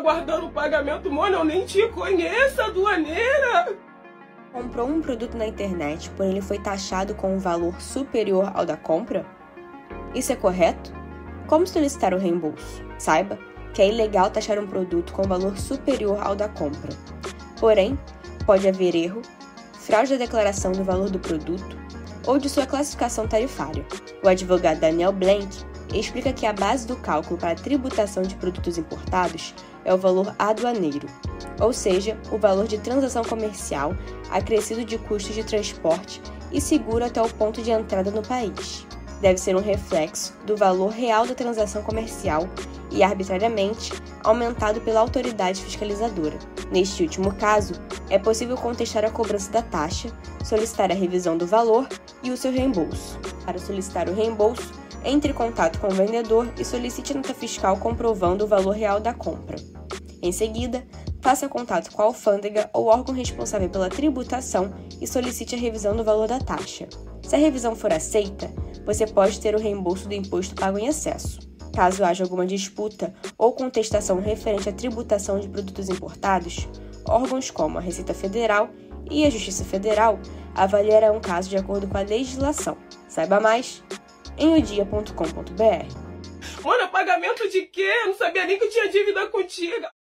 aguardando o pagamento, mano, eu nem te conheço, aduaneira. Comprou um produto na internet, porém ele foi taxado com um valor superior ao da compra? Isso é correto? Como solicitar o reembolso? Saiba que é ilegal taxar um produto com valor superior ao da compra. Porém, pode haver erro, fraude da declaração do valor do produto ou de sua classificação tarifária. O advogado Daniel Blank explica que a base do cálculo para a tributação de produtos importados é o valor aduaneiro, ou seja, o valor de transação comercial acrescido de custos de transporte e seguro até o ponto de entrada no país. Deve ser um reflexo do valor real da transação comercial e, arbitrariamente, aumentado pela autoridade fiscalizadora. Neste último caso, é possível contestar a cobrança da taxa, solicitar a revisão do valor e o seu reembolso. Para solicitar o reembolso, entre em contato com o vendedor e solicite a nota fiscal comprovando o valor real da compra. Em seguida, faça contato com a alfândega ou órgão responsável pela tributação e solicite a revisão do valor da taxa. Se a revisão for aceita, você pode ter o reembolso do imposto pago em excesso. Caso haja alguma disputa ou contestação referente à tributação de produtos importados, órgãos como a Receita Federal e a Justiça Federal avaliarão o caso de acordo com a legislação. Saiba mais em odia.com.br. Mano, pagamento de quê? Eu não sabia nem que eu tinha dívida contigo.